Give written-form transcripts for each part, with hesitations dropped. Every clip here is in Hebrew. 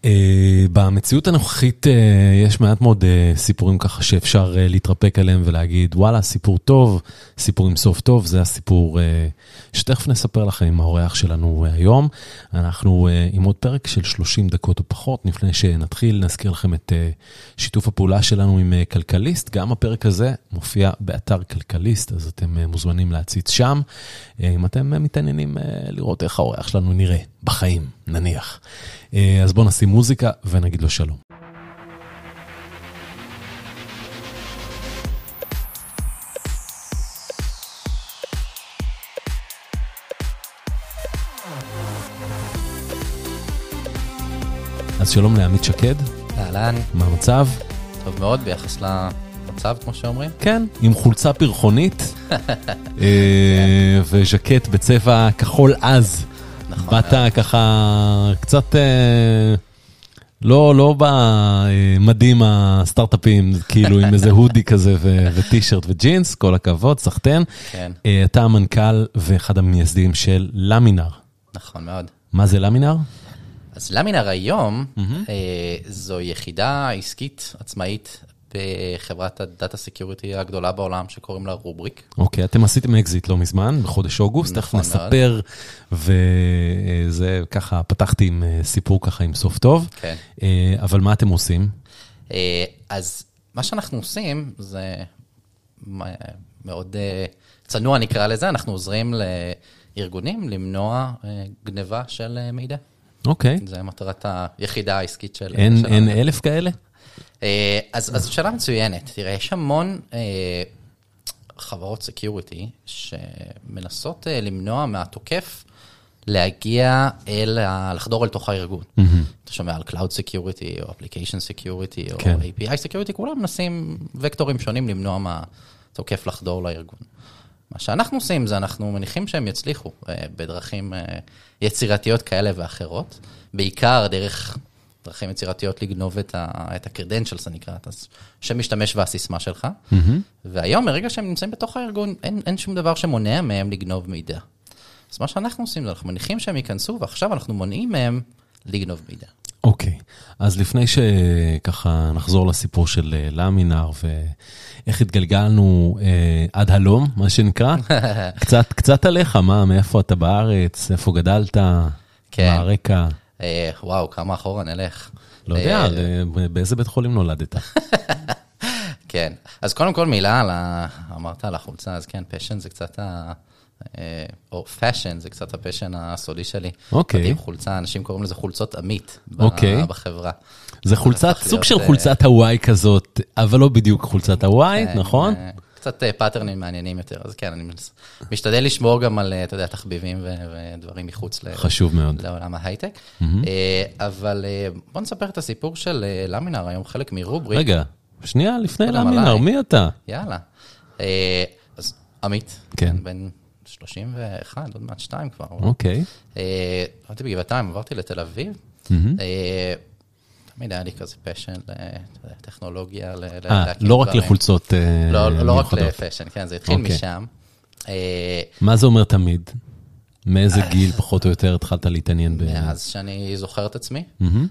במציאות הנוכחית יש מעט מאוד סיפורים ככה שאפשר להתרפק עליהם ולהגיד, וואלה, סיפור טוב, סיפור עם סוף טוב, זה הסיפור שתכף נספר לכם עם האורח שלנו היום. אנחנו עם עוד פרק של 30 דקות או פחות, לפני שנתחיל נזכיר לכם את שיתוף הפעולה שלנו עם כלכליסט, גם הפרק הזה מופיע באתר כלכליסט, אז אתם מוזמנים להציץ שם, אם אתם מתעניינים לראות איך האורח שלנו נראה בחיים, נניח. אז בואו נשים מוזיקה ונגיד לו שלום. אז שלום לעמית שקד. אהלן. מה המצב? טוב מאוד ביחס למצב, כמו שאומרים. כן, עם חולצה פרחונית וז'קט בצבע כחול עז. באת ככה קצת לא במדים הסטארט-אפים, כאילו עם איזה הודי כזה וטישרט וג'ינס, כל הכבוד, סחטן. כן. אתה המנכ"ל ואחד המייסדים של למינר. נכון מאוד. מה זה למינר? אז למינר היום זו יחידה עסקית עצמאית בחברת הדאטה סקיוריטי הגדולה בעולם שקוראים לה רובריק. אוקיי, אתם עשיתם אקזיט לא מזמן, בחודש אוגוסט, תכף נספר, וזה ככה, פתחתי עם סיפור ככה עם סוף טוב, כן. אבל מה אתם עושים? אז מה שאנחנו עושים זה מאוד צנוע נקרא לזה, אנחנו עוזרים לארגונים למנוע גניבה של מידע. אוקיי. זה מטרת היחידה העסקית של... אין 1,000 כאלה? אז שאלה מצוינת. תראה, יש המון חברות סקיוריטי שמנסות למנוע מהתוקף להגיע לחדור אל תוך הארגון. אתה שומע על Cloud Security או Application Security או API Security, כולם מנסים וקטורים שונים למנוע מהתוקף לחדור לארגון. מה שאנחנו עושים זה אנחנו מניחים שהם יצליחו בדרכים יצירתיות כאלה ואחרות, בעיקר דרך דרכים יצירתיות לגנוב את הקרדנשלס, אני אקרא, שמשתמש והסיסמה שלך, והיום מרגע שהם נמצאים בתוך הארגון, אין שום דבר שמונע מהם לגנוב מידע. אז מה שאנחנו עושים זה אנחנו מניחים שהם ייכנסו, ועכשיו אנחנו מונעים מהם לגנוב מידע. אוקיי, אז לפני שככה נחזור לסיפור של למינר, ואיך התגלגלנו עד הלום, מה שנקרא, קצת עליך, מאיפה אתה בארץ, איפה גדלת, מה הרקע? וואו, כמה אחורה נלך. לא יודע, באיזה בית חולים נולדת? כן, אז קודם כל מילה, אמרת על החולצה, אז כן, פשן זה קצת או פאשן, זה קצת הפשן הסודי שלי. אוקיי. חולצה, אנשים קוראים לזה חולצות עמית בחברה. זה חולצת, סוג של חולצת הוואי כזאת, אבל לא בדיוק חולצת הוואי, נכון? קצת פאטרנים מעניינים יותר, אז כן, אני משתדל לשמור גם על, אתה יודע, תחביבים ודברים מחוץ חשוב מאוד. לעולם ההייטק. אבל בוא נספר את הסיפור של למינר, היום חלק מרובריק. רגע, שנייה, לפני למינר, מי אתה? יאללה. אז עמית, בין 31, עוד מעט 2 כבר. אוקיי. עברתי בגבעתיים, עברתי לתל אביב. תמיד היה לי כזה פשן לטכנולוגיה. לא רק לחולצות מיוחדות. לא רק לפשן, כן, זה התחיל משם. מה זה אומר תמיד? מאיזה גיל פחות או יותר התחלת להתעניין? מאז שאני זוכר את עצמי.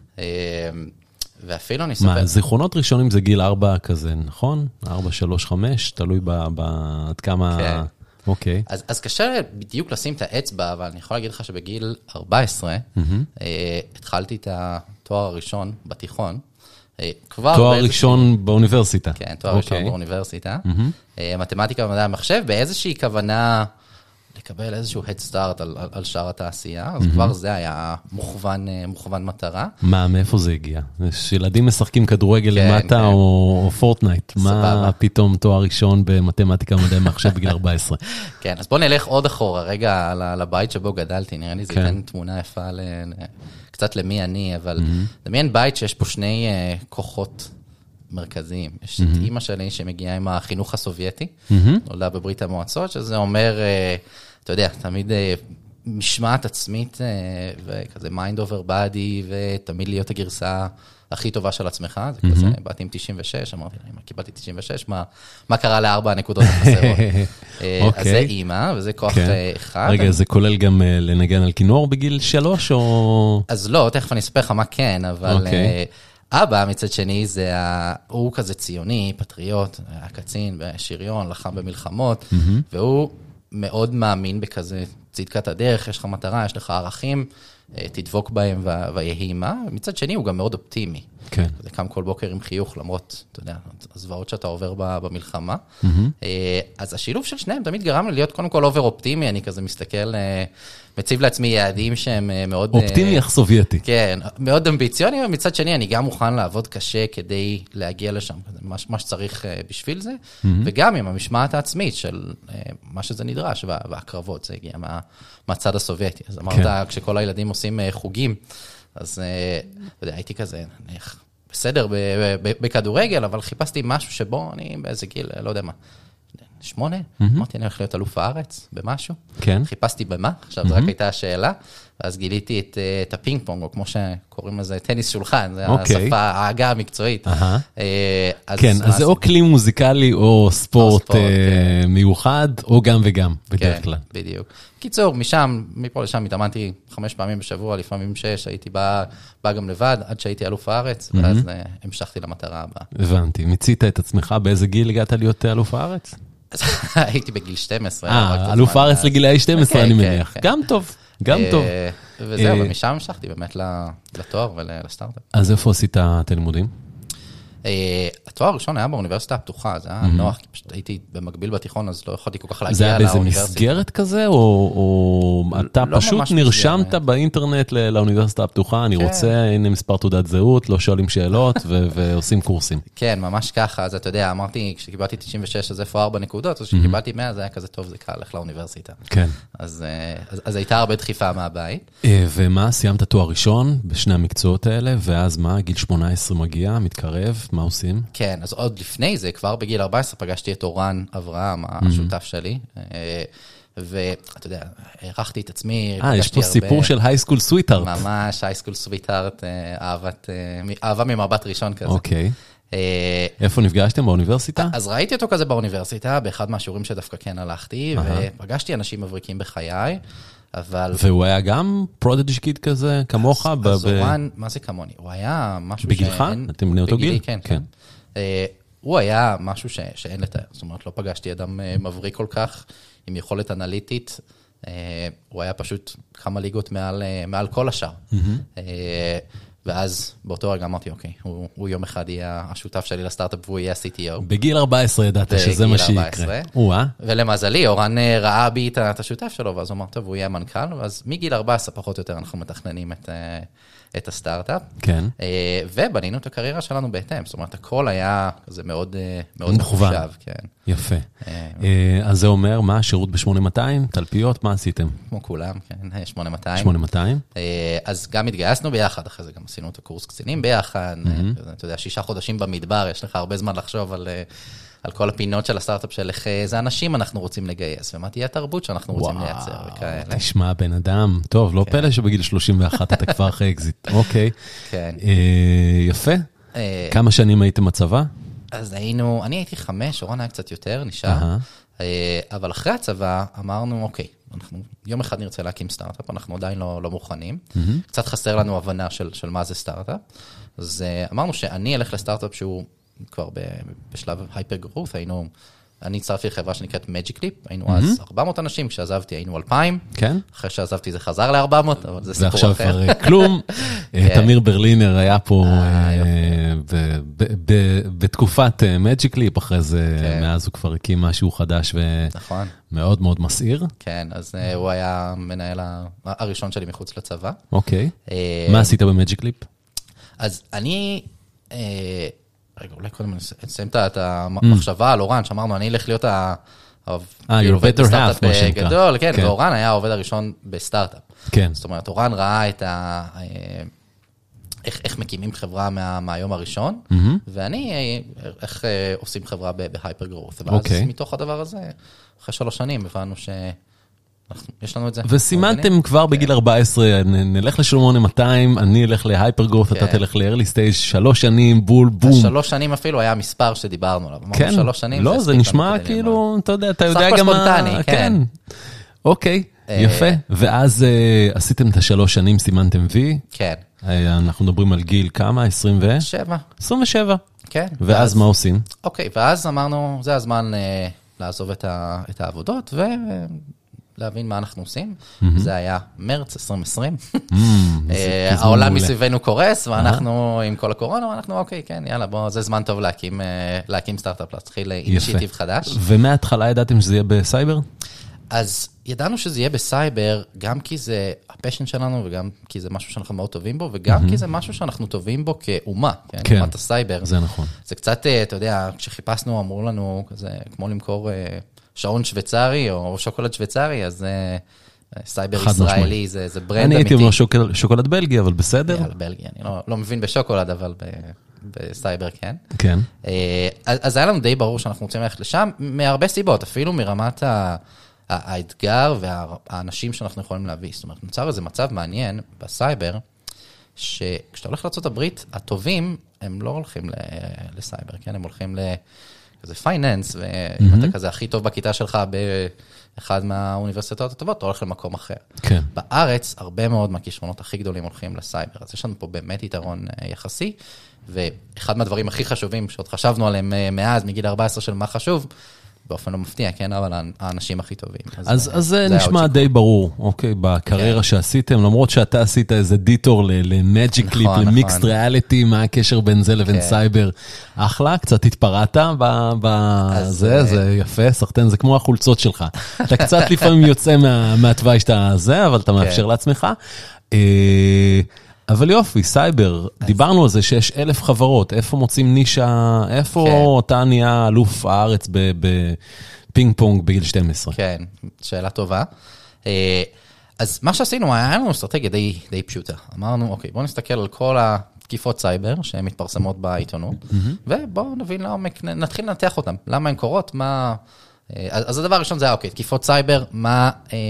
ואפילו אני אספר. מה, זיכרונות ראשונים זה גיל 4 כזה, נכון? 4, 3, 5, תלוי עד כמה... כן. אוקיי. אז קשה בדיוק לשים את האצבע, אבל אני יכול להגיד לך שבגיל 14, התחלתי את התואר הראשון בתיכון. תואר ראשון באוניברסיטה. כן, תואר ראשון באוניברסיטה. מתמטיקה ומדעי המחשב, באיזושהי כוונה לקבל איזשהו head start על שאר התעשייה, אז כבר זה היה מוכוון מטרה. מה, מאיפה זה הגיע? שילדים משחקים כדורגל למטה או פורטנייט? מה פתאום תואר ראשון במתמטיקה ומדעי המחשב בגיל 14? כן, אז בוא נלך עוד אחורה, רגע לבית שבו גדלתי, נראה לי זה ייתן תמונה יפה קצת למי אני, אבל דמיין בית שיש פה שני כוחות מרכזיים. יש את אמא שלי שמגיעה עם החינוך הסובייטי, נולדה בברית המועצות, שזה אומר, אתה יודע, תמיד משמעת עצמית, וכזה mind over body, ותמיד להיות הגרסה הכי טובה של עצמך, זה כזה, באתי עם 96, אמרתי, אם קיבלתי 96, מה קרה ל4 הנקודות החסרות? אז זה אימא, וזה כוח אחד. רגע, זה כולל גם לנגן על כינור בגיל 3, או... אז לא, תכף אני אספר לך מה כן, אבל אבא מצד שני, הוא כזה ציוני, פטריוט, היה קצין בשריון, לחם במלחמות, והוא מאוד מאמין בכזה צדקת הדרך, יש לך מטרה, יש לך ערכים, תדבוק בהם ויהי מה. מצד שני, הוא גם מאוד אופטימי. כן. זה קם כל בוקר עם חיוך, למרות, אתה יודע, הזוועות שאתה עובר במלחמה. אז השילוב של שניהם תמיד גרם לי להיות קודם כל אובר אופטימי, אני כזה מסתכל, מציב לעצמי יעדים שהם מאוד... אופטימי אך סובייטי. כן, מאוד אמביציוני, ומצד שני אני גם מוכן לעבוד קשה כדי להגיע לשם, מה שצריך בשביל זה, וגם עם המשמעת העצמית של מה שזה נדרש, והקרבות, זה הגיע מהצד הסובייטי. אז אמרת, כשכל הילדים עושים חוגים, אז הייתי כזה, בסדר בכדורגל, אבל חיפשתי משהו שבו אני באיזה גיל, לא יודע מה, 8, אמרתי, אני הולך להיות אלוף הארץ במשהו. כן. חיפשתי במה, עכשיו זו רק הייתה השאלה, ואז גיליתי את הפינג פונג, או כמו שקוראים לזה, טניס שולחן, זה השפה, ההגה המקצועית. כן, אז זה או כלי מוזיקלי, או ספורט מיוחד, או גם וגם, בדרך כלל. בדיוק. קיצור, מפה לשם התאמנתי 5 פעמים בשבוע, לפעמים 6, הייתי בא גם לבד, עד שהייתי אלוף הארץ, ואז המשכתי למטרה הבאה. הבנתי. מיצית את עצמך, באיזה גיל הגעת להיות אלוף הארץ? הייתי בגיל 12. אלוף הארץ לגילאי 12, אני מניח. גם טוב, גם טוב. וזהו, ומשם המשכתי באמת לתואר ולסטארט-אפ. אז איפה עשית את הלימודים? התואר הראשון היה באוניברסיטה הפתוחה, זה היה נוח, כי פשוט הייתי במקביל בתיכון, אז לא יכולתי כל כך להגיע לאוניברסיטה. זה היה לאוניברסיטה. באיזה מסגרת כזה, או אתה פשוט נרשמת באינטרנט לאוניברסיטה הפתוחה, אני רוצה, הנה מספר תעודת זהות, לא שואלים שאלות, ועושים קורסים. כן, ממש ככה, אז אתה יודע, אמרתי, כשקיבלתי 96, אז איפה 4 נקודות, אז כשקיבלתי 100, זה היה כזה טוב, זה קל, לך לאוניברסיטה. כן. אז הייתה הרבה דחיפה מהבית. ומה, סיימת תואר ראשון בשני המקצועות האלה, ואז מה, גיל 18 מגיע, מתקרב, מה עושים? כן, אז עוד לפני זה, כבר בגיל 14, פגשתי את אורן אברהם, השותף שלי, ואתה יודע, הערכתי את עצמי. יש פה סיפור של הייסקול סוויטהארט. ממש, הייסקול סוויטהארט, אהבה ממבט ראשון כזה. אוקיי. איפה נפגשתם? באוניברסיטה? אז ראיתי אותו כזה באוניברסיטה, באחד מהשיעורים שדווקא כן הלכתי, ופגשתי אנשים מבריקים בחיי, אבל... והוא היה גם פרודג' קיד כזה, כמוך? אז אורן, מה זה כמוני? הוא היה משהו בגילך? אתם בני אותו גיל? בגילי, כן, כן. הוא היה משהו שאין לתאר, זאת אומרת, לא פגשתי אדם מבריק כל כך, עם יכולת אנליטית, הוא היה פשוט כמה ליגות מעל כל השאר. ואז באותו רגע אמרתי, אוקיי, הוא יום אחד יהיה השותף שלי לסטארט-אפ, והוא יהיה ה-CTO. בגיל 14 ידעת שזה מה שיקרה. ולמזלי, אורן ראה בי את השותף שלו, ואז הוא אמר, טוב, הוא יהיה מנכ"ל, ואז מגיל 14 פחות או יותר אנחנו מתכננים את הסטארט-אפ. כן. ובנינו את הקריירה שלנו בהתאם, זאת אומרת, הכל היה כזה מאוד מחושב. יפה. אז זה אומר, מה, שירות ב-8200, תלפיות, מה עשיתם? כמו כולם, כן, 8200. 8200. אז גם התגייסנו ביחד, אחרי זה גם עשינו את הקורס קצינים ביחד, אתה יודע, 6 חודשים במדבר, יש לך הרבה זמן לחשוב על כל הפינות של הסטארט-אפ של איך איזה אנשים אנחנו רוצים לגייס, ומה תהיה התרבות שאנחנו רוצים לייצר וכאלה. תשמע, בן אדם, טוב, לא פלא שבגיל 31 אתה כבר אחרי אקזיט, אוקיי. כן. יפה. כמה שנים הייתם בצבא? אז אני הייתי 5, אורן היה קצת יותר, נשאר. אבל אחרי הצבא אמרנו, אוקיי, אנחנו יום אחד נרצה להקים סטארט-אפ, אנחנו עדיין לא מוכנים. קצת חסר לנו הבנה של מה זה סטארט-אפ. אז אמרנו שאני אלך לסטארט-אפ שהוא כבר בשלב הייפר גרוס, אני הצטרפתי לחברה שנקראת מג'יקליפ, היינו אז 400 אנשים, כשעזבתי היינו 2,000, אחרי שעזבתי זה חזר ל-400, אבל זה סיפור אחר. ועכשיו כבר כלום, תמיר ברלינר היה פה בתקופת מג'יקליפ, אחרי זה מאז הוא כבר הקים משהו חדש ומאוד מאוד מסעיר. כן, אז הוא היה מנהל הראשון שלי מחוץ לצבא. אוקיי, מה עשית במג'יקליפ? אז אני... רגע, אולי קודם נסיים את המחשבה על אורן, שאמרנו, אני אלך להיות your better half, מה שנקרא. גדול, כן, ואורן היה העובד הראשון בסטארט-אפ. כן. זאת אומרת, אורן ראה את איך מקימים חברה מהיום הראשון, ואני, איך עושים חברה בהייפר גרוס. ואז מתוך הדבר הזה, אחרי 3 שנים, הבנו יש לנו את זה. וסימנתם כבר בגיל 14, נלך ל-8200, אני אלך להייפרגרוט, אתה תלך ל-early stage, 3 שנים, בול, בום. 3 שנים אפילו היה מספר שדיברנו עליו. כן, לא, זה נשמע כאילו, אתה יודע, אתה יודע גם... ספונטני, כן. אוקיי, יפה. ואז עשיתם את 3 שנים, סימנתם וי. כן. אנחנו מדברים על גיל כמה? 27? 27. כן. ואז מה עושים? אוקיי, ואז אמרנו, זה הזמן לעזוב את העבודות, להבין מה אנחנו עושים. זה היה מרץ 2020. העולם מסביבנו קורס, ואנחנו עם כל הקורונה, ואנחנו אוקיי, כן, יאללה, בוא, זה זמן טוב להקים סטארט-אפ, להתחיל אינישיטיב חדש. ומההתחלה ידעתם שזה יהיה בסייבר? אז ידענו שזה יהיה בסייבר, גם כי זה הפשן שלנו, וגם כי זה משהו שאנחנו מאוד טובים בו, וגם כי זה משהו שאנחנו טובים בו כאומה, כן? אומת הסייבר. זה נכון. זה קצת, אתה יודע, כשחיפשנו, אמרו לנו, כזה, כמו למכור שעון שוויצרי, או שוקולד שוויצרי, אז סייבר ישראלי, זה ברנד אמיתי. אני הייתי אומר שוקולד בלגי, אבל בסדר. יאללה, בלגי, אני לא מבין בשוקולד, אבל בסייבר כן. כן. אז היה לנו די ברור שאנחנו רוצים ללכת לשם, מהרבה סיבות, אפילו מרמת האתגר והאנשים שאנחנו יכולים להביא. זאת אומרת, נוצר איזה מצב מעניין בסייבר, שכשאתה הולך לארצות הברית, הטובים הם לא הולכים לסייבר, כן? הם הולכים לכזה פייננס, ואם אתה כזה הכי טוב בכיתה שלך באחד מהאוניברסיטאות הטובות, אתה הולך למקום אחר. כן. בארץ, הרבה מאוד מהכישרונות הכי גדולים הולכים לסייבר, אז יש לנו פה באמת יתרון יחסי, ואחד מהדברים הכי חשובים שעוד חשבנו עליהם מאז, מגיל 14 של מה חשוב, באופן לא מפתיע, כן, אבל האנשים הכי טובים. אז זה נשמע די ברור, אוקיי, בקריירה שעשיתם, למרות שאתה עשית איזה דיטור למג'יק קליפ, למיקסט ריאליטי, מה הקשר בין זה לבין סייבר. אחלה, קצת התפרעת בזה, זה יפה, סחטן, זה כמו החולצות שלך. אתה קצת לפעמים יוצא מהתוואי שאתה זה, אבל אתה מאפשר לעצמך. אבל יופי, סייבר, דיברנו על זה שיש 1,000 חברות, איפה מוצאים נישה, איפה אתה נהיה אלוף הארץ בפינג פונג בגיל 12? כן, שאלה טובה. אז מה שעשינו, היה לנו אסטרטגיה די פשוטה. אמרנו, אוקיי, בואו נסתכל על כל התקיפות סייבר שהן מתפרסמות בעיתונות, ובואו נבין לעומק, נתחיל לנתח אותן. למה הן קורות? אז הדבר הראשון זה, אוקיי, תקיפות סייבר, מה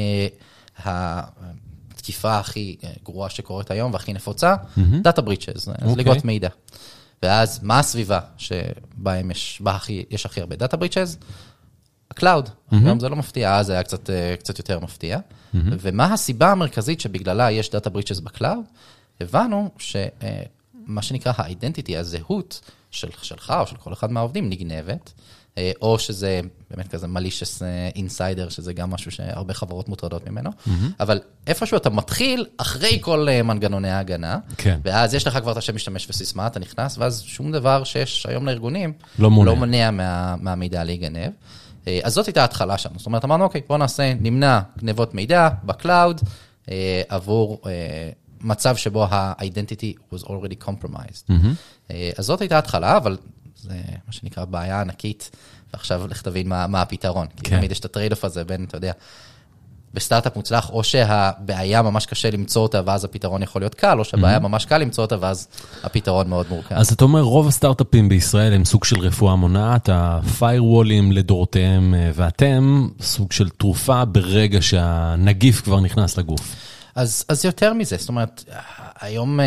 התקיפה הכי גרועה שקורית היום והכי נפוצה? דאטה בריצ'ז, זליגות מידע. ואז מה הסביבה שבה יש הכי הרבה דאטה בריצ'ז? הקלאוד. היום זה לא מפתיע, אז זה היה קצת יותר מפתיע. ומה הסיבה המרכזית שבגללה יש דאטה בריצ'ז בקלאוד? הבנו שמה שנקרא האידנטיטי, הזהות שלך או של כל אחד מהעובדים נגנבת, או שזה באמת כזה malicious insider, שזה גם משהו שהרבה חברות מוטרדות ממנו, אבל איפשהו אתה מתחיל אחרי כל מנגנוני ההגנה, ואז יש לך כבר את השם משתמש וסיסמה, אתה נכנס, ואז שום דבר שיש היום לארגונים, לא מונע מהמידע להיגנב. אז זאת הייתה ההתחלה שלנו. זאת אומרת, אמרנו, אוקיי, בוא נמנע גנבות מידע בקלאוד, עבור מצב שבו ה-identity was already compromised. אז זאת הייתה ההתחלה, אבל זה מה שנקרא בעיה ענקית, ועכשיו לך תבין מה הפתרון. כי תמיד יש את הטרייד-אוף הזה בין, אתה יודע, בסטארט-אפ מוצלח, או שהבעיה ממש קשה למצוא אותה, ואז הפתרון יכול להיות קל, או שהבעיה ממש קל למצוא אותה, ואז הפתרון מאוד מורכב. אז אתה אומר, רוב הסטארט-אפים בישראל הם סוג של רפואה מונעת, הפיירוולים לדורותיהם, ואתם סוג של תרופה ברגע שהנגיף כבר נכנס לגוף. אז יותר מזה, זאת אומרת, היום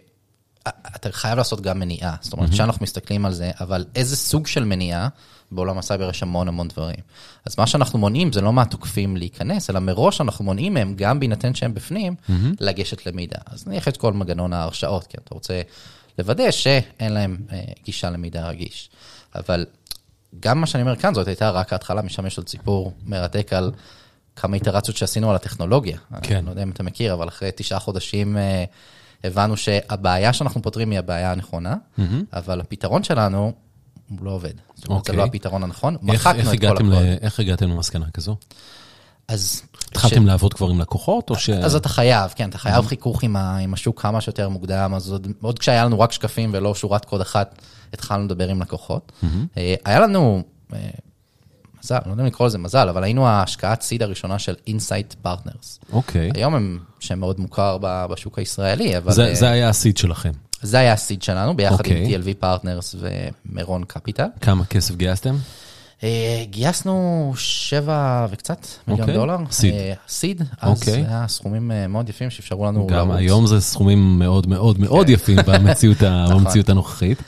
אתה חייב לעשות גם מניעה, זאת אומרת, כשאנחנו מסתכלים על זה, אבל איזה סוג של מניעה, בעולם הסייבר יש המון דברים. אז מה שאנחנו מונעים זה לא מהתוקפים להיכנס, אלא מראש אנחנו מונעים מהם, גם בהינתן שהם בפנים, לגשת למידע. אז נניח את כל מנגנון ההרשאות, כי אתה רוצה לוודא שאין להם גישה למידע רגיש. אבל גם מה שאני אומר כאן, זאת הייתה רק ההתחלה, משם יש עוד סיפור מרתק על כמה איטרציות שעשינו על הטכנולוגיה. אני לא יודע אם אתה מכיר, אבל אחרי 9 חודשים הבנו שהבעיה שאנחנו פותרים היא הבעיה הנכונה, אבל הפתרון שלנו הוא לא עובד. זאת אומרת, זה לא הפתרון הנכון. מחקנו את כל הכל. איך הגעתם למסקנה כזו? אז התחלתם לעבוד כבר עם לקוחות? אז אתה חייב, כן, אתה חייב חיכוך עם השוק כמה שיותר מוקדם, אז עוד כשהיה לנו רק שקפים ולא שורת קוד אחת, התחלנו לדבר עם לקוחות. היה לנו מזל, לא יודע אם לקרוא לזה מזל, אבל היינו ההשקעת סיד הראשונה של Insight Partners. היום הם שם מאוד מוכר בשוק הישראלי, אבל זה היה הסיד שלכם. זה היה הסיד שלנו, ביחד עם TLV Partners ומרון קפיטל. כמה כסף גייסתם? גייסנו 7 וקצת מיליון דולר. סיד. אז זה היה סכומים מאוד יפים שאפשרו לנו לרוץ. גם היום זה סכומים מאוד מאוד מאוד יפים במציאות הנוכחית.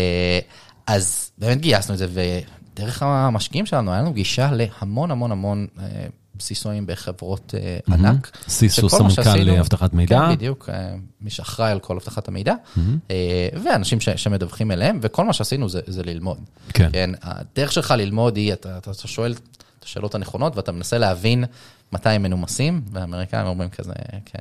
אז באמת גייסנו את זה, ודרך המשקיעים שלנו היה לנו גישה להמון המון המון סיסויים בחברות ענק. סיסו סמנכ"ל להבטחת מידע. כן, בדיוק, מי שאחראי על כל הבטחת המידע, ואנשים שמדווחים אליהם, וכל מה שעשינו זה ללמוד. כן. הדרך שלך ללמוד היא, אתה שואל את השאלות הנכונות, ואתה מנסה להבין מתי הם מנומסים, והאמריקאים אומרים כזה, כן,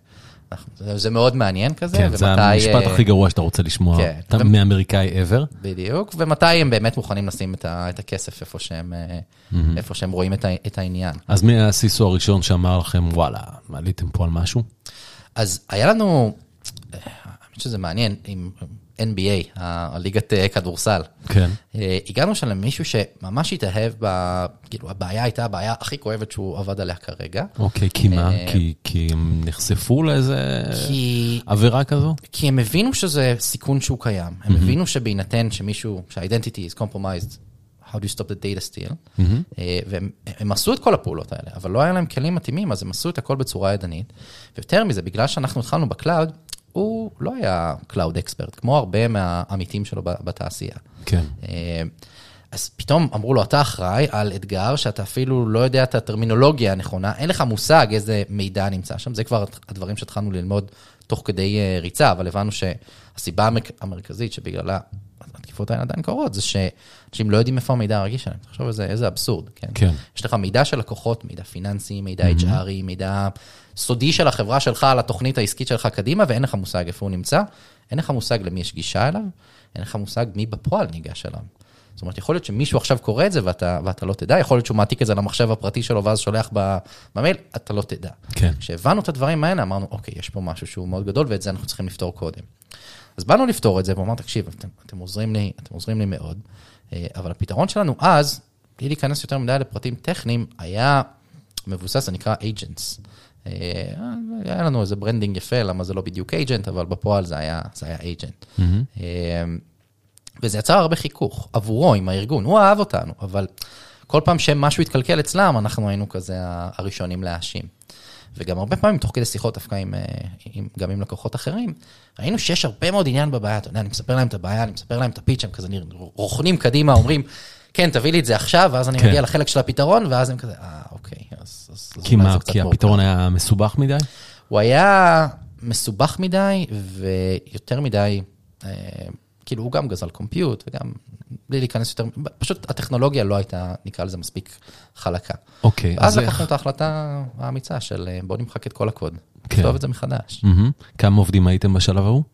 זה מאוד מעניין כזה. כן, זה המשפט הכי גרוע שאתה רוצה לשמוע מאמריקאי ever. בדיוק, ומתי הם באמת מוכנים לשים את הכסף איפה שהם רואים את העניין. אז מי הסיסו הראשון שאמר לכם, וואלה, מעליתם פה על משהו? אז היה לנו, האמת שזה מעניין, עם NBA, הליגת כדורסל. כן. הגענו שם למישהו שממש התאהב, כאילו הבעיה הייתה הבעיה הכי כואבת שהוא עבד עליה כרגע. אוקיי, כי מה? כי הם נחשפו לאיזה עבירה כזו? כי הם הבינו שזה סיכון שהוא קיים. הם הבינו שבהינתן שמישהו, שה-identity is compromised, how do you stop the data steal, והם עשו את כל הפעולות האלה, אבל לא היה להם כלים מתאימים, אז הם עשו את הכל בצורה ידנית. ויותר מזה, בגלל שאנחנו התחלנו בקלאוד, הוא לא היה קלאוד אקספרט, כמו הרבה מהעמיתים שלו בתעשייה. כן. אז פתאום אמרו לו, אתה אחראי על אתגר שאתה אפילו לא יודע את הטרמינולוגיה הנכונה, אין לך מושג איזה מידע נמצא שם, זה כבר הדברים שהתחלנו ללמוד תוך כדי ריצה, אבל הבנו שהסיבה המרכזית שבגללה התקיפות האלה עדיין קורות, זה שאנשים לא יודעים איפה המידע הרגיש שלהם. תחשוב איזה אבסורד, כן? כן. יש לך מידע של לקוחות, מידע פיננסי, מידע HRי, מידע סודי של החברה שלך על התוכנית העסקית שלך קדימה, ואין לך מושג איפה הוא נמצא, אין לך מושג למי יש גישה אליו, אין לך מושג מי בפועל ניגש אליו. זאת אומרת, יכול להיות שמישהו עכשיו קורא את זה ואתה לא תדע, יכול להיות שהוא מעתיק את זה למחשב הפרטי שלו ואז שולח במייל, אתה לא תדע. כן. כשהבנו את הדברים האלה, אמרנו, אוקיי, יש פה משהו שהוא מאוד גדול ואת זה אנחנו צריכים לפתור קודם. אז באנו לפתור את זה, ואומר, תקשיב, אתם עוזרים לי מאוד, אבל הפתרון שלנו אז, בלי להיכנס יותר מדי לפרטים טכניים, היה מבוסס, זה נקרא agents. היה לנו איזה ברנדינג יפה, למה זה לא בדיוק agent, אבל בפועל זה היה agent. וזה יצר הרבה חיכוך עבורו עם הארגון, הוא אהב אותנו, אבל כל פעם שמשהו התקלקל אצלם, אנחנו היינו כזה הראשונים להאשים. וגם הרבה פעמים, תוך כדי שיחות דווקא גם עם לקוחות אחרים, ראינו שיש הרבה מאוד עניין בבעיה, אתה יודע, אני מספר להם את הבעיה, אני מספר להם את הפיץ', הם כזה רוכנים קדימה, אומרים, כן, תביא לי את זה עכשיו, ואז אני מגיע לחלק של הפתרון, ואז הם כזה, אוקיי, אז כי מה, כי הפתרון היה מסובך מדי? הוא היה מסובך מדי, ויותר מדי, כאילו הוא גם גזל קומפיוט, וגם בלי להיכנס יותר, פשוט הטכנולוגיה לא הייתה, נקרא לזה מספיק חלקה. אוקיי. אז לקחנו את ההחלטה האמיצה של בוא נמחק את כל הקוד, נכתוב את זה מחדש. כמה עובדים הייתם בשלב ההוא?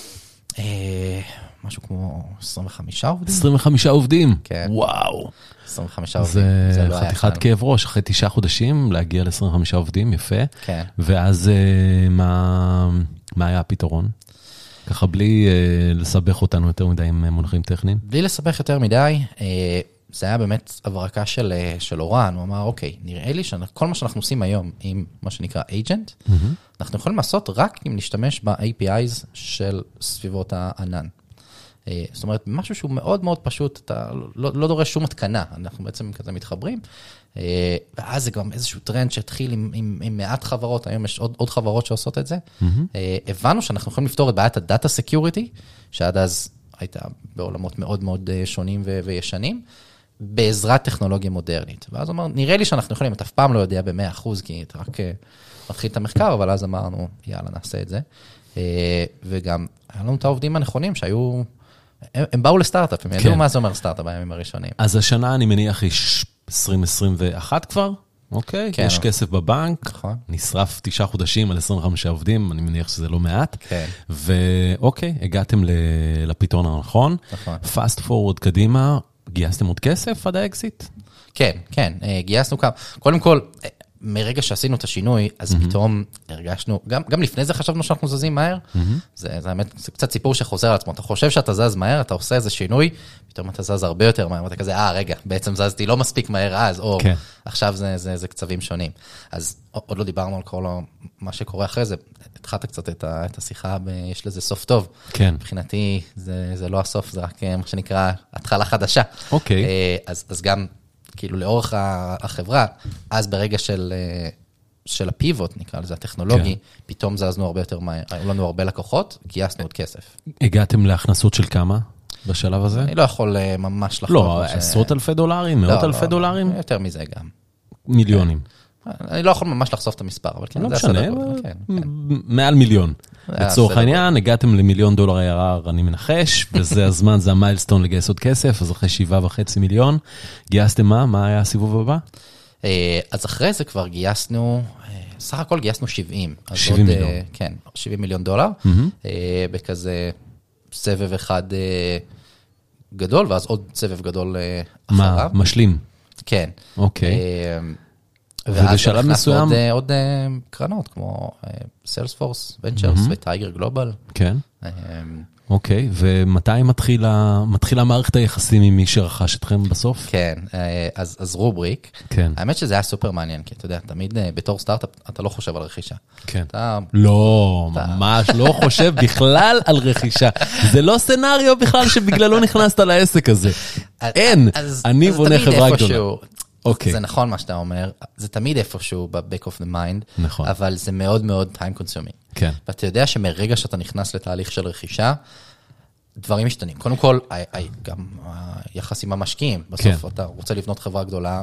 משהו כמו 25 עובדים. 25 עובדים? כן. וואו. 25 עובדים. זה חתיכת כאב ראש, אחרי 9 חודשים להגיע ל-25 עובדים, יפה. כן. ואז מה היה הפתרון? ככה בלי לסבך אותנו יותר מדי עם מונחים טכניים? בלי לסבך יותר מדי, זה היה באמת הברקה של אורן, הוא אמר, אוקיי, נראה לי שכל מה שאנחנו עושים היום עם מה שנקרא agent, אנחנו יכולים לעשות רק אם נשתמש ב-APIs של סביבות הענן. זאת אומרת, משהו שהוא מאוד מאוד פשוט, אתה לא דורש שום התקנה, אנחנו בעצם כזה מתחברים, ואז זה גם איזשהו טרנד שהתחיל עם מעט חברות, היום יש עוד חברות שעושות את זה, הבנו שאנחנו יכולים לפתור את בעיית הדאטה סקיוריטי, שעד אז הייתה בעולמות מאוד מאוד שונים וישנים, בעזרת טכנולוגיה מודרנית. ואז אמרנו, נראה לי שאנחנו יכולים, אתה אף פעם לא יודע ב100%, כי אתה רק מתחיל את המחקר, אבל אז אמרנו, יאללה, נעשה את זה. וגם היה לנו את העובדים הנכונים שהיו, הם באו לסטארט-אפ, הם ידעו מה זה אומר סטארט-אפ בימים הראשונים. אז השנה אני מניח יש 2021 כבר, אוקיי? יש כסף בבנק, נשרף 9 חודשים על 25 עובדים, אני מניח שזה לא מעט. ואוקיי, הגעתם לפתרון הנכון. פאסט פורוורד קדימה, גייסתם עוד כסף עד האקזיט? כן, כן, גייסנו כמה. קודם כל, מרגע שעשינו את השינוי, אז פתאום הרגשנו, גם לפני זה חשבנו שאנחנו זזים מהר, זה האמת, זה קצת סיפור שחוזר על עצמו, אתה חושב שאתה זז מהר, אתה עושה איזה שינוי, פתאום אתה זז הרבה יותר מהר, ואתה כזה, רגע, בעצם זזתי לא מספיק מהר אז, או עכשיו זה קצבים שונים. אז עוד לא דיברנו על כל מה שקורה אחרי זה, התחלת קצת את השיחה, יש לזה סוף טוב. מבחינתי, זה לא הסוף, זה רק מה שנקרא התחלה חדשה. אז גם כאילו לאורך החברה, אז ברגע של הפיבוט, נקרא לזה, הטכנולוגי, פתאום זזנו הרבה יותר מהר, היו לנו הרבה לקוחות, גייסנו עוד כסף. הגעתם להכנסות של כמה בשלב הזה? אני לא יכול ממש לחלוק. לא, עשרות אלפי דולרים, מאות אלפי דולרים? יותר מזה גם. מיליונים. אני לא יכול ממש לחשוף את המספר, אבל כן, זה משנה, הסדר גודל, כן. מעל מיליון. לצורך העניין, הגעתם ל1,000,000 דולר ARR, אני מנחש, וזה הזמן, זה המיילסטון לגייס עוד כסף, אז אחרי 7.5 מיליון, גייסתם מה? מה היה הסיבוב הבא? אז אחרי זה כבר גייסנו, סך הכל גייסנו 70. 70 מיליון. כן, 70 מיליון דולר, בכזה סבב אחד גדול, ואז עוד סבב גדול אחריו. מה? משלים? כן. אוקיי. ואז ובשלב מסוים... עוד קרנות, כמו Salesforce, Ventures וטייגר גלובל. כן. אוקיי, ומתי מתחילה מערכת היחסים עם מי שרכש אתכם בסוף? כן, אז רובריק, כן. האמת שזה היה סופר מעניין, כי אתה יודע, תמיד בתור סטארט-אפ אתה לא חושב על רכישה. כן. לא, ממש לא חושב בכלל על רכישה. זה לא סנריו בכלל שבגללו נכנסת לעסק הזה. אין, אני בונה חברה גדולה. אוקיי. זה נכון מה שאתה אומר, זה תמיד איפשהו ב-back of the mind, נכון. אבל זה מאוד מאוד time consuming. כן. ואתה יודע שמרגע שאתה נכנס לתהליך של רכישה, דברים משתנים. קודם כל, גם היחס עם המשקיעים. בסוף אתה רוצה לבנות חברה גדולה,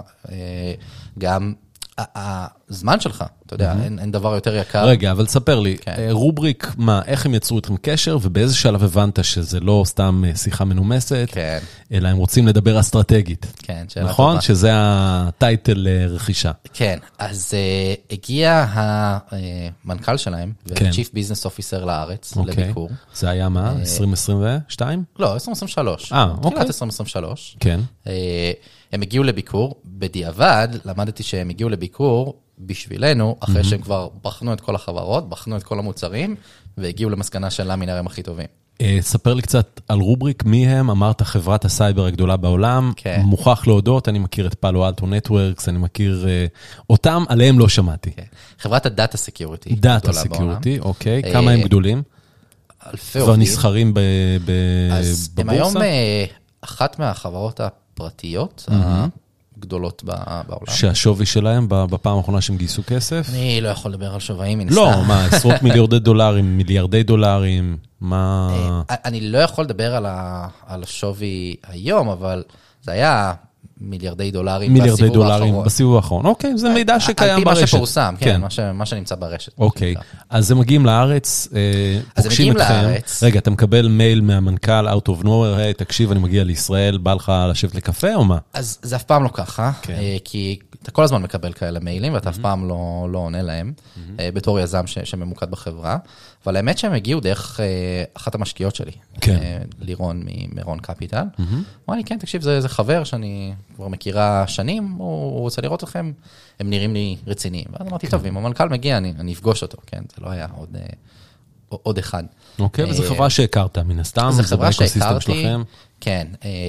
גם הזמן שלך, אתה יודע, אין דבר יותר יקר. רגע, אבל תספר לי, רובריק, מה, איך הם יצרו איתכם קשר, ובאיזה שלב הבנת שזה לא סתם שיחה מנומסת, אלא הם רוצים לדבר אסטרטגית. כן, שאלה טובה. נכון? שזה הטייטל רכישה. כן, אז הגיע המנכ"ל שלהם, ו-Chief Business Officer לארץ, לביקור. זה היה מה? 2022? לא, 2023. אוקיי. תחילת 2023. כן. הם הגיעו לביקור, בדיעבד, למדתי שהם הגיעו לביקור בשבילנו, אחרי שהם כבר בחנו את כל החברות, בחנו את כל המוצרים, והגיעו למסקנה של המנהלים הם הכי טובים. ספר לי קצת על רובריק, מי הם? אמרת חברת הסייבר הגדולה בעולם, מוכרח להודות, אני מכיר את פאלו אלטו נטוורקס, אני מכיר אותם, עליהם לא שמעתי. חברת הדאטה סקיוריטי. דאטה סקיוריטי, אוקיי. כמה הם גדולים? אלפי עובדים. ונסחרים בבורסה? אז הם היום אחת מהחברות הפרטיות הגדולות בעולם. שהשווי שלהם בפעם האחרונה שהם גייסו כסף? אני לא יכול לדבר על שווים. לא, מה, עשרות מיליארדי דולרים, מיליארדי דולרים, מה... אני לא יכול לדבר על השווי היום, אבל זה היה מיליארדי דולרים בסיבוב האחרון. אוקיי, זה מידע שקיים ברשת. על פי מה שפורסם, כן, מה שנמצא ברשת. אוקיי, אז הם מגיעים לארץ, פוגשים אתכם. רגע, אתה מקבל מייל מהמנכ"ל, out of nowhere, היי, תקשיב, אני מגיע לישראל, בא לך לשבת לקפה או מה? אז זה אף פעם לא ככה, כי אתה כל הזמן מקבל כאלה מיילים, ואתה אף פעם לא עונה להם, בתור יזם שממוקד בחברה, אבל האמת שהם הגיעו דרך אחת המשקיעות שלי, לירון ממירון קפיטל. אמרה לי, כן, תקשיב, זה חבר שאני כבר מכירה שנים, הוא רוצה לראות אתכם, הם נראים לי רציניים. ואז אמרתי, טוב, אם המנכ"ל מגיע, אני אפגוש אותו, כן? זה לא היה עוד אחד. אוקיי, וזו חברה שהכרת מן הסתם, זו חברה שהכרתי, כן.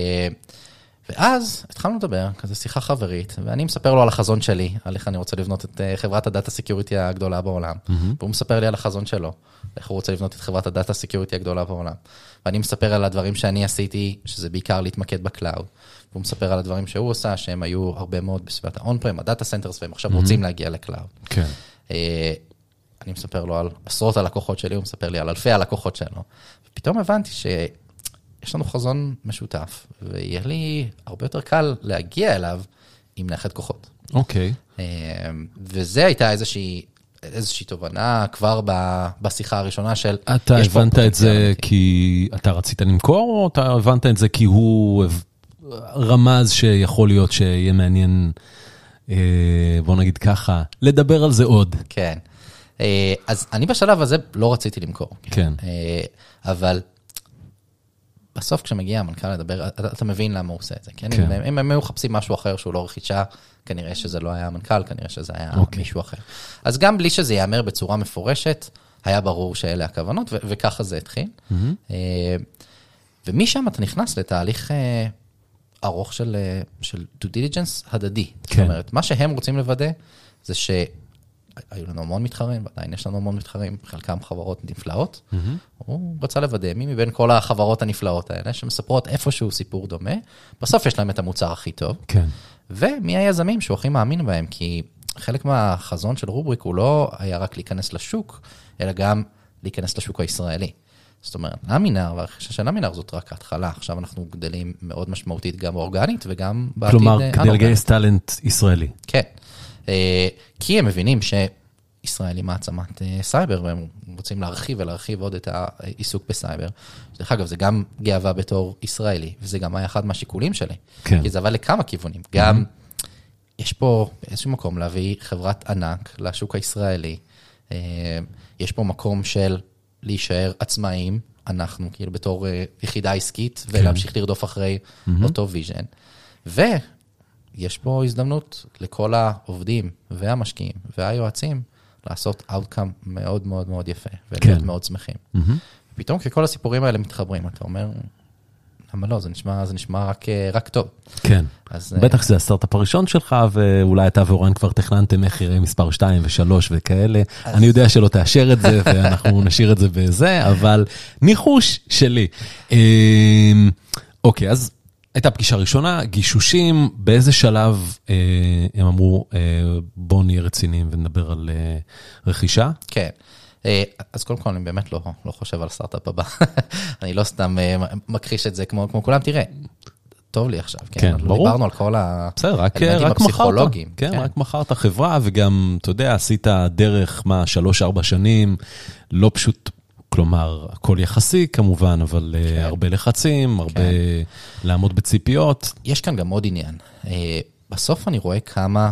ואז התחלנו לדבר, כזה שיחה חברית, ואני מספר לו על החזון שלי, על איך אני רוצה לבנות את חברת הדאטה סקיוריטי הגדולה בעולם, והוא מספר לי על החזון שלו, איך הוא רוצה לבנות את חברת הדאטה סקיוריטי הגדולה בעולם. ואני מספר על הדברים שאני עשיתי, שזה בעיקר להתמקד בקלאוד, והוא מספר על הדברים שהוא עושה, שהם היו הרבה מאוד בסביבת האון-פרם, הדאטה סנטרס, והם עכשיו רוצים להגיע לקלאוד. כן. אני מספר לו על עשרות הלקוחות שלי, הוא מספר לי על אלפי הלקוחות שלו. ופתאום הבנתי יש לנו חזון משותף, ויהיה לי הרבה יותר קל להגיע אליו אם נאחד כוחות. אוקיי. וזה הייתה איזושהי תובנה כבר בשיחה הראשונה של... אתה הבנת את זה כי אתה רצית למכור, או אתה הבנת את זה כי הוא רמז שיכול להיות שיהיה מעניין, בוא נגיד ככה, לדבר על זה עוד. כן. אז אני בשלב הזה לא רציתי למכור. כן. אבל... בסוף כשמגיע המנכ"ל לדבר, אתה מבין למה הוא עושה את זה, כן? אם הם היו מחפשים משהו אחר שהוא לא רכישה, כנראה שזה לא היה המנכ"ל, כנראה שזה היה מישהו אחר. אז גם בלי שזה ייאמר בצורה מפורשת, היה ברור שאלה הכוונות, וככה זה התחיל. ומשם אתה נכנס לתהליך ארוך של due diligence הדדי. זאת אומרת, מה שהם רוצים לוודא, זה היו לנו המון מתחרים, ועדיין יש לנו המון מתחרים, חלקם חברות נפלאות. הוא רצה לוודא מי מבין כל החברות הנפלאות האלה, שמספרות איפשהו סיפור דומה, בסוף יש להם את המוצר הכי טוב. כן. ומי היזמים שהוא הכי מאמין בהם, כי חלק מהחזון של רובריק הוא לא היה רק להיכנס לשוק, אלא גם להיכנס לשוק הישראלי. זאת אומרת, למינר, והרכישה של למינר זאת רק ההתחלה. עכשיו אנחנו גדלים מאוד משמעותית, גם אורגנית וגם בעתיד כלומר, כדי לגייס טלנט ישראלי. כן. כי הם מבינים שישראל מעצמת סייבר, והם רוצים להרחיב ולהרחיב עוד את העיסוק בסייבר. דרך אגב, זה גם גאווה בתור ישראלי, וזה גם היה אחד מהשיקולים שלי. כן. כי זה עבד לכמה כיוונים. גם יש פה באיזשהו מקום להביא חברת ענק לשוק הישראלי. יש פה מקום של להישאר עצמאים, אנחנו כאילו בתור יחידה עסקית, ולהמשיך לרדוף אחרי אותו ויז'ן. ויש פה הזדמנות לכל העובדים והמשקיעים והיועצים, לעשות outcome מאוד מאוד מאוד יפה, ולהיות מאוד שמחים. פתאום ככל הסיפורים האלה מתחברים, אתה אומר, למה לא, זה נשמע רק טוב. כן, בטח זה הסטארט-אפ הראשון שלך, ואולי אתה ואורן כבר תכננתם איך יראה מספר 2 ו3 וכאלה. אני יודע שלא תאשר את זה, ואנחנו נשאיר את זה בזה, אבל ניחוש שלי. אוקיי, אז הייתה פגישה ראשונה, גישושים, באיזה שלב הם אמרו, בוא נהיה רציניים ונדבר על רכישה? כן. אז קודם כל, אני באמת לא חושב על סטארט-אפ הבא. אני לא סתם מכחיש את זה כמו כולם. תראה, טוב לי עכשיו. כן, ברור. דיברנו על כל האלמנטים הפסיכולוגיים. כן, רק מכרת חברה, וגם, אתה יודע, עשית דרך 3-4 שנים, לא פשוט, כלומר, הכל יחסי כמובן, אבל הרבה לחצים, הרבה לעמוד בציפיות. יש כאן גם עוד עניין. בסוף אני רואה כמה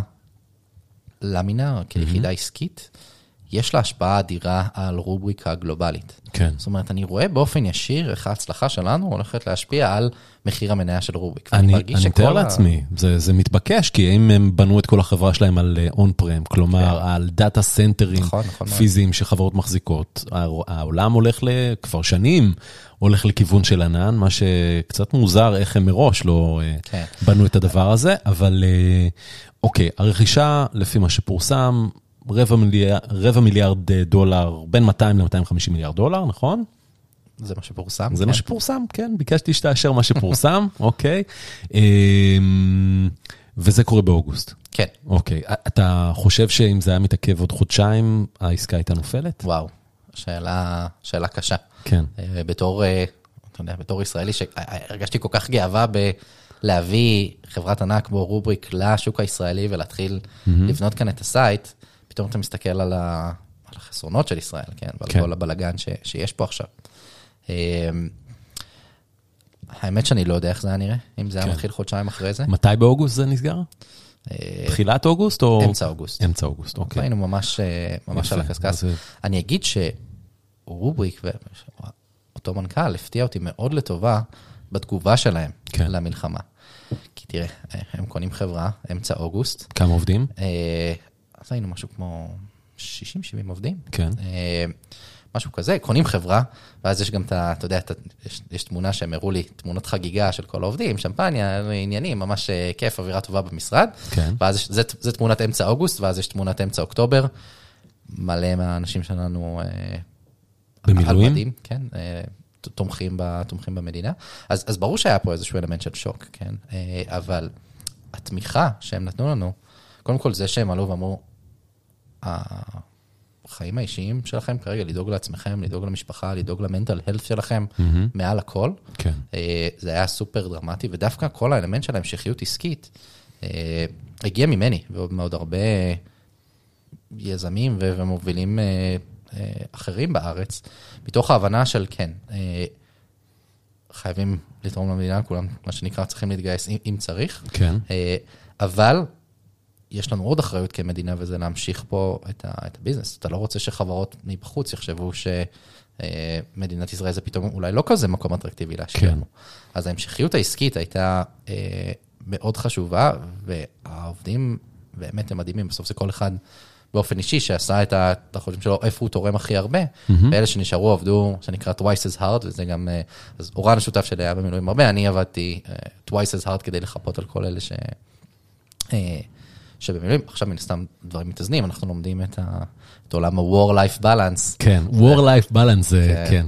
למינר כיחידה עסקית, יש לה השפעה אדירה על רובריקה גלובלית. כן. זאת אומרת, אני רואה באופן ישיר איך ההצלחה שלנו הולכת להשפיע על מחיר המניה של רוביק. אני מתאר לעצמי, זה מתבקש, כי אם הם בנו את כל החברה שלהם על און-פרם, כלומר, על דאטה סנטרים פיזיים שחברות מחזיקות, העולם הולך כבר שנים, הולך לכיוון של ענן, מה שקצת מוזר איך הם מראש לא בנו את הדבר הזה, אבל אוקיי, הרכישה, לפי מה שפורסם, $250 מיליארד, בין 200 ל-250 מיליארד דולר, נכון? זה מה שפורסם. זה מה שפורסם, כן. ביקשתי שתאשר מה שפורסם, אוקיי. וזה קורה באוגוסט. כן. אוקיי. אתה חושב שאם זה היה מתעכב עוד חודשיים, העסקה הייתה נופלת? וואו, שאלה קשה. כן. בתור ישראלי, שהרגשתי כל כך גאווה להביא חברת ענק כמו רובריק לשוק הישראלי, ולהתחיל לבנות כאן את הסייט, פתאום אתה מסתכל על החסרונות של ישראל, כן? ועל כל הבלגן שיש פה עכשיו. האמת שאני לא יודע איך זה היה נראה, אם זה היה מתחיל חודשיים אחרי זה. מתי באוגוסט זה נסגר? תחילת אוגוסט או? אמצע אוגוסט. אמצע אוגוסט, אוקיי. היינו ממש על הקסקס. אני אגיד שרובריק ואותו מנכ"ל הפתיע אותי מאוד לטובה בתגובה שלהם למלחמה. כי תראה, הם קונים חברה, אמצע אוגוסט. כמה עובדים? אז היינו משהו כמו 60-70 עובדים. כן. משהו כזה, קונים חברה, ואז יש גם אתה יודע, יש תמונה שהם הראו לי, תמונות חגיגה של כל העובדים, שמפניה, עניינים, ממש כיף, אווירה טובה במשרד. כן. ואז זה תמונת אמצע אוגוסט, ואז יש תמונת אמצע אוקטובר, מלא מהאנשים שלנו במילואים? כן, תומכים במדינה. אז ברור שהיה פה איזשהו אלמנט של שוק, כן? אבל התמיכה שהם נתנו לנו, קודם כל זה שהם עלו ואמרו, החיים האישיים שלכם כרגע, לדאוג לעצמכם, לדאוג למשפחה, לדאוג למנטל הלף שלכם, מעל הכל. כן. זה היה סופר דרמטי, ודווקא כל האלמנט של ההמשכיות עסקית, הגיע ממני, ועוד מאוד הרבה יזמים ומובילים אחרים בארץ, מתוך ההבנה של כן, חייבים לתרום למדינה, כולם, מה שנקרא, צריכים להתגייס אם צריך. כן. אבל יש לנו עוד אחריות כמדינה, וזה להמשיך פה את הביזנס. אתה לא רוצה שחברות מבחוץ יחשבו שמדינת ישראל זה פתאום אולי לא כזה מקום אטרקטיבי להשקיע. אז ההמשכיות העסקית הייתה מאוד חשובה, והעובדים באמת הם מדהימים. בסוף זה כל אחד באופן אישי שעשה את החושבים שלו, איפה הוא תורם הכי הרבה, ואלה שנשארו עבדו, שנקרא twice as hard, וזה גם, אז אורן השותף שלי היה במילואים הרבה, אני עבדתי twice as hard כדי לחפות על כל אלה שבמילואים, עכשיו מן הסתם דברים מתאזנים, אנחנו לומדים את עולם ה-war-life balance. כן, war-life balance זה, כן.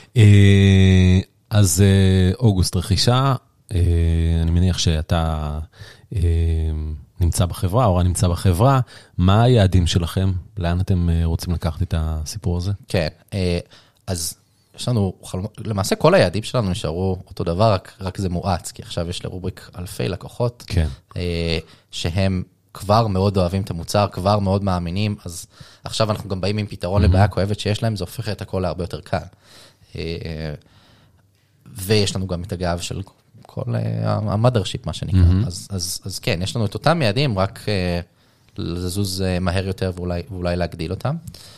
אז אוגוסט רכישה, אני מניח שאתה נמצא בחברה, אורה נמצא בחברה, מה היעדים שלכם? לאן אתם רוצים לקחת את הסיפור הזה? כן, אז יש לנו, למעשה כל היעדים שלנו נשארו אותו דבר, רק זה מואץ, כי עכשיו יש לרובריק אלפי לקוחות, כן. שהם כבר מאוד אוהבים את המוצר, כבר מאוד מאמינים, אז עכשיו אנחנו גם באים עם פתרון לבעיה כואבת שיש להם, זה הופך את הכל להרבה יותר קל. ויש לנו גם את הגב של כל המאדרשיפ, מה שנקרא. אז כן, יש לנו את אותם יעדים, רק לזוז מהר יותר ואולי להגדיל אותם.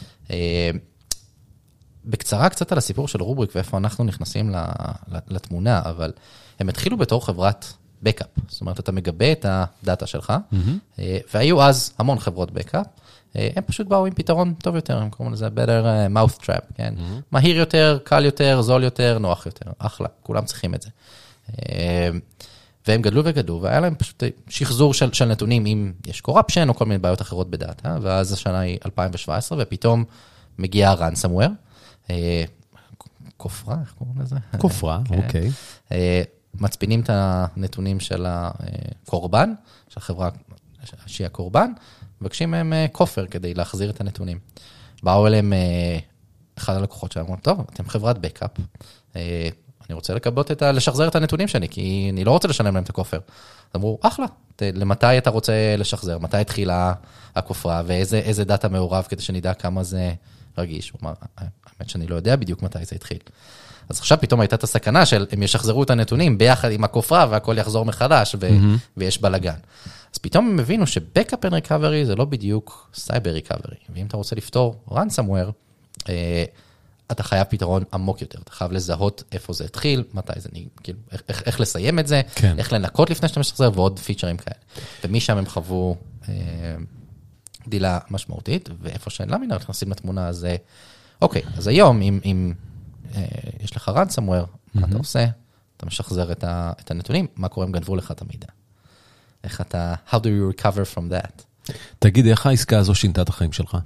בקצרה קצת על הסיפור של רובריק ואיפה אנחנו נכנסים לתמונה, אבל הם התחילו בתור חברת בקאפ. זאת אומרת, אתה מגבה את הדאטה שלך, והיו אז המון חברות בקאפ, הם פשוט באו עם פתרון טוב יותר, הם קוראים לזה better mouth trap, כן? מהיר יותר, קל יותר, זול יותר, נוח יותר, אחלה, כולם צריכים את זה. והם גדלו וגדלו, והיה להם פשוט שחזור של נתונים, אם יש קורפשן או כל מיני בעיות אחרות בדאטה, ואז השנה היא 2017, ופתאום מגיע ransomware, כופרה, איך קוראים לזה? כופרה, אוקיי. מצפינים את הנתונים של הקורבן, של החברה שהיא הקורבן, מבקשים מהם כופר כדי להחזיר את הנתונים. באו אליהם אחד הלקוחות שאמרו, טוב, אתם חברת בקאפ, אני רוצה לשחזר את הנתונים שלי, כי אני לא רוצה לשלם להם את הכופר. אמרו, אחלה, למתי אתה רוצה לשחזר, מתי התחילה הכופרה, ואיזה דאטה מעורב כדי שנדע כמה זה רגיש. הוא אמר, האמת שאני לא יודע בדיוק מתי זה התחיל. אז עכשיו פתאום הייתה את הסכנה של הם ישחזרו את הנתונים ביחד עם הכופרה, והכל יחזור מחדש, ויש בלגן. אז פתאום הם הבינו ש-Backup and Recovery זה לא בדיוק Cyber Recovery. ואם אתה רוצה לפתור ransomware, אתה חייב פתרון עמוק יותר. אתה חייב לזהות איפה זה התחיל, מתי זה, כאילו, איך לסיים את זה, כן. איך לנקות לפני שאתה משחזר, ועוד פיצ'רים כאלה. ומשם הם חוו גדילה משמעותית, ואיפה שאין למינר, נכנסים לתמונה הזה. אוקיי, אז היום, אם יש לך ransomware, מה אתה עושה? אתה משחזר את הנתונים, מה קורה אם גנבו לך את המידע? איך אתה, how do you recover from that? תגיד, איך העסקה הזו שינתה את החיים שלך?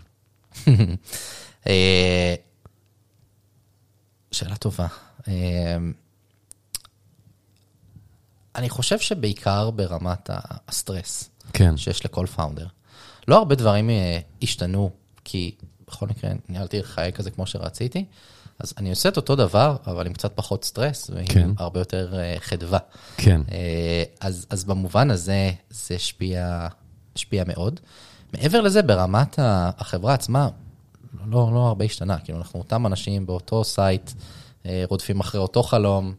שאלה טובה. אני חושב שבעיקר ברמת הסטרס, כן. שיש לכל פאונדר. לא הרבה דברים השתנו, כי בכל מקרה ניהלתי חיי כזה כמו שרציתי, אז אני עושה את אותו דבר, אבל עם קצת פחות סטרס, ועם הרבה יותר חדווה. כן. אז במובן הזה, זה השפיע מאוד. מעבר לזה, ברמת החברה עצמה, לא הרבה השתנה, כאילו אנחנו אותם אנשים באותו סייט, רודפים אחרי אותו חלום,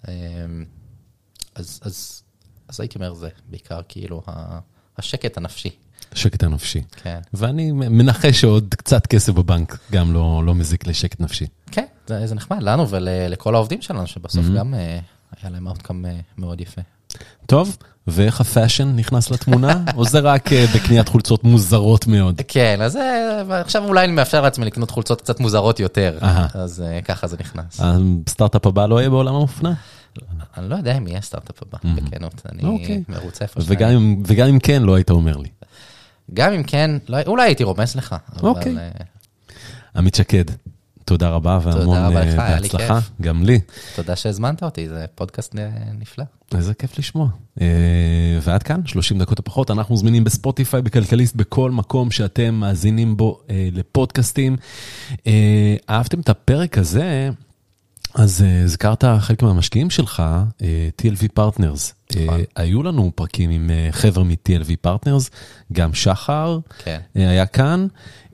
אז הייתי אומר זה, בעיקר כאילו השקט הנפשי. השקט הנפשי. כן. ואני מנחש שעוד קצת כסף בבנק, גם לא מזיק לשקט נפשי. כן, זה נחמד לנו ולכל העובדים שלנו, שבסוף גם היה להם אאוטקאם מאוד יפה. טוב, ואיך הפאשן נכנס לתמונה? או זה רק בקניית חולצות מוזרות מאוד? כן, אז עכשיו אולי אני מאפשר לעצמי לקנות חולצות קצת מוזרות יותר, אז ככה זה נכנס. הסטארט-אפ הבא לא יהיה בעולם המופנה? אני לא יודע אם יהיה סטארט-אפ הבא, בכנות, אני מרוצה איפה וגם אם כן, לא היית אומר לי. גם אם כן, אולי הייתי רומס לך. אוקיי. עמית שקד, תודה רבה והמון בהצלחה, גם לי. תודה שהזמנת אותי, זה פודקאסט נפלא. איזה כיף לשמוע. ועד כאן, 30 דקות הפחות, אנחנו זמינים בספוטיפיי, בכלכליסט, בכל מקום שאתם מאזינים בו לפודקאסטים. אהבתם את הפרק הזה, אז הזכרת חלק מהמשקיעים שלך, TLV Partners. היו לנו פרקים עם חבר'ה מ-TLV Partners, גם שחר היה כאן.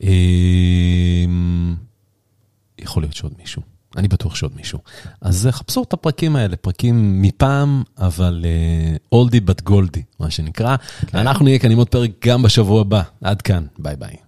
יכול להיות שעוד מישהו. אני בטוח שעוד מישהו. אז חפשו את הפרקים האלה, פרקים מפעם, אבל אולדי בת גולדי, מה שנקרא. אנחנו נהיה כאן עם עוד פרק גם בשבוע הבא. עד כאן, ביי ביי.